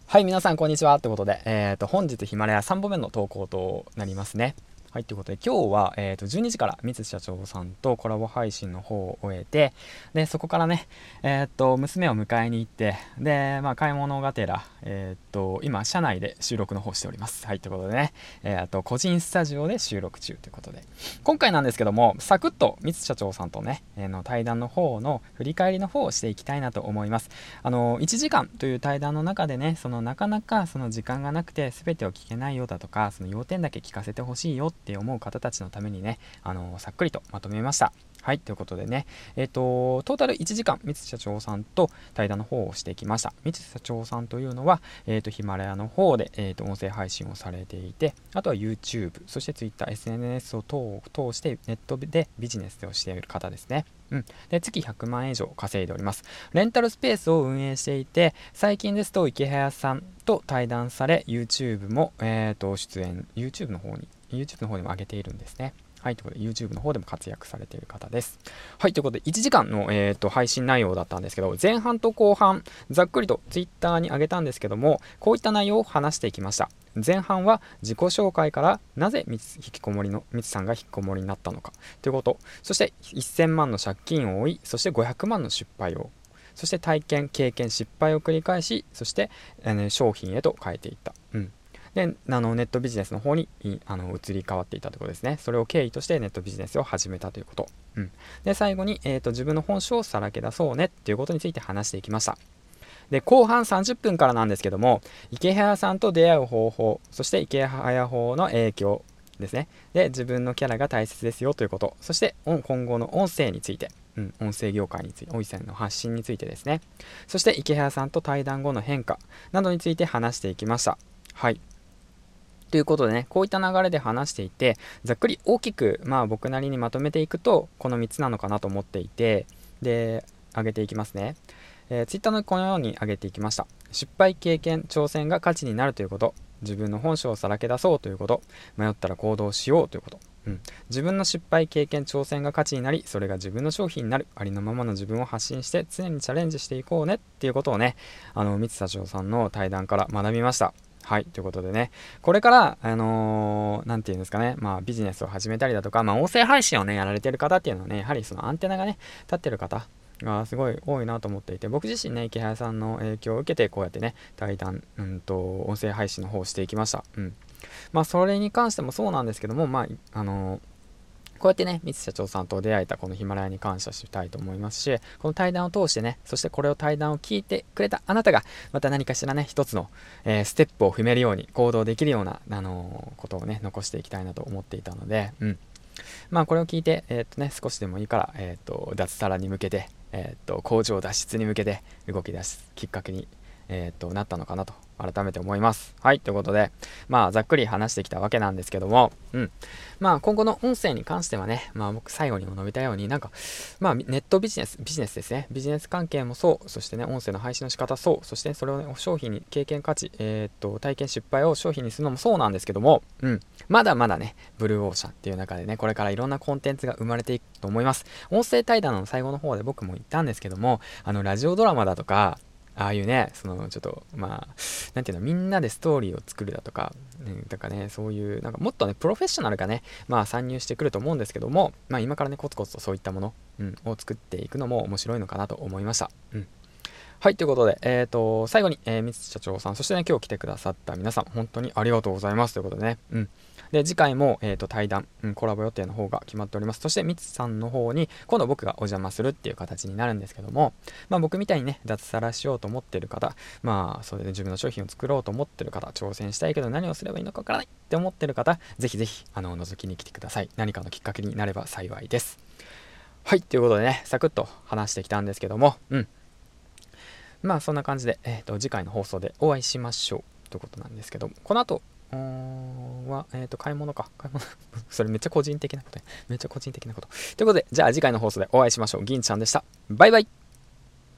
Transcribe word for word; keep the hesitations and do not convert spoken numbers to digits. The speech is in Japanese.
はい、皆さんこんにちはということで、えーと、本日ヒマラヤさんぼんめの投稿となりますね。はい、ということで今日は、えーと、じゅうにじから三津社長さんとコラボ配信の方を終えて、で、そこからね、えーと、娘を迎えに行って、で、まあ、買い物がてら、えーと、今、社内で収録の方しております。はい、ということでね、えーと、個人スタジオで収録中ということで、今回なんですけども、サクッと三津社長さんとね、えーの対談の方の振り返りの方をしていきたいなと思います。あのいちじかんという対談の中でね、そのなかなかその時間がなくて全てを聞けないよだとか、その要点だけ聞かせてほしいよって思う方たちのためにね、あのさっくりとまとめました。はい、ということでね、えっ、と、トータルいちじかん、三津社長さんと対談の方をしてきました。三津社長さんというのは、えっ、と、ヒマラヤの方で、えっ、と、音声配信をされていて、あとは YouTube、そして Twitter、エスエヌエス を通してネットでビジネスをしている方ですね。うん、で月ひゃくまんえん以上稼いでおります。レンタルスペースを運営していて、最近ですと池早さんと対談され、 YouTube も、えー、と出演 YouTube の方に YouTube の方でも上げているんですね。はい、ということで YouTube の方でも活躍されている方です。はい、ということでいちじかんの、えー、と配信内容だったんですけど、前半と後半ざっくりと Twitter に上げたんですけども、こういった内容を話していきました。前半は自己紹介から、なぜ引きこもりのみつさんが引きこもりになったのかということ、そしてせんまんの借金を負い、そしてごひゃくまんの失敗を、そして体験経験失敗を繰り返し、そして、えー商品へと変えていった、うん、であのネットビジネスの方にあの移り変わっていたということですね。それを経緯としてネットビジネスを始めたということ、うん、で最後に、えーと、自分の本性をさらけ出そうねっていうことについて話していきました。で後半さんじゅっぷんからなんですけども、池早さんと出会う方法、そして池早法の影響ですね。で自分のキャラが大切ですよということ、そして今後の音声について、うん、音声業界について、音声の発信についてですね。そして池早さんと対談後の変化などについて話していきました。はい、ということでね、こういった流れで話していて、ざっくり大きく、まあ僕なりにまとめていくと、このみっつなのかなと思っていて、で、上げていきますね。えー、ツイッターのこのように上げていきました。失敗経験挑戦が価値になるということ、自分の本性をさらけ出そうということ、迷ったら行動しようということ、うん、自分の失敗経験挑戦が価値になり、それが自分の商品になる、ありのままの自分を発信して常にチャレンジしていこうねっていうことをね、あの三津社長さんの対談から学びました。はい、ということでね、これから、あのー、なんていうんですかね、まあビジネスを始めたりだとか、まあ音声配信をね、やられてる方っていうのはね、やはりそのアンテナがね、立ってる方がすごい多いなと思っていて、僕自身ね、池早さんの影響を受けて、こうやってね、対談、うんと、音声配信の方をしていきました。うん。まあそれに関してもそうなんですけども、まあ、あのーこうやってね、三津社長さんと出会えたこのヒマラヤに感謝したいと思いますし、この対談を通してね、そしてこれを対談を聞いてくれたあなたが、また何かしらね、一つの、えーステップを踏めるように、行動できるような、あのーことをね、残していきたいなと思っていたので、うん。まあこれを聞いて、えーっとね、少しでもいいから、えーっと、脱サラに向けて、えーっと、工場脱出に向けて動き出すきっかけに、えーっと、なったのかなと、改めて思います。はい、ということで、まあざっくり話してきたわけなんですけども、うん。まあ今後の音声に関してはね、まあ僕最後にも述べたように、なんか、まあネットビジネス、ビジネスですね。ビジネス関係もそう、そしてね、音声の配信の仕方そう、そしてそれをね、商品に経験価値、えーっと、体験失敗を商品にするのもそうなんですけども、うん。まだまだね、ブルーオーシャンっていう中でね、これからいろんなコンテンツが生まれていくと思います。音声対談の最後の方で僕も言ったんですけども、あの、ラジオドラマだとか、ああいうね、その、ちょっと、まあ、なんていうの、みんなでストーリーを作るだとか、うん、だからね、そういう、なんかもっとね、プロフェッショナルがね、まあ参入してくると思うんですけども、まあ今からね、コツコツとそういったもの、うん、を作っていくのも面白いのかなと思いました。うん。はい、ということで、えっ、と、最後に、えー、三津社長さん、そしてね、今日来てくださった皆さん、本当にありがとうございますということでね、うん。で、次回も、えっ、と、対談、うん、コラボ予定の方が決まっております。そして、三津さんの方に、今度僕がお邪魔するっていう形になるんですけども、まあ僕みたいにね、脱サラしようと思ってる方、まあ、それで自分の商品を作ろうと思ってる方、挑戦したいけど何をすればいいのかわからないって思ってる方、ぜひぜひ、あの、覗きに来てください。何かのきっかけになれば幸いです。はい、ということでね、サクッと話してきたんですけども、うん。まあそんな感じで、えーと、次回の放送でお会いしましょうということなんですけど、この後は、えっ、と、買い物か。買い物それめっちゃ個人的なことや。めっちゃ個人的なこと。ということで、じゃあ次回の放送でお会いしましょう。銀ちゃんでした。バイバイ。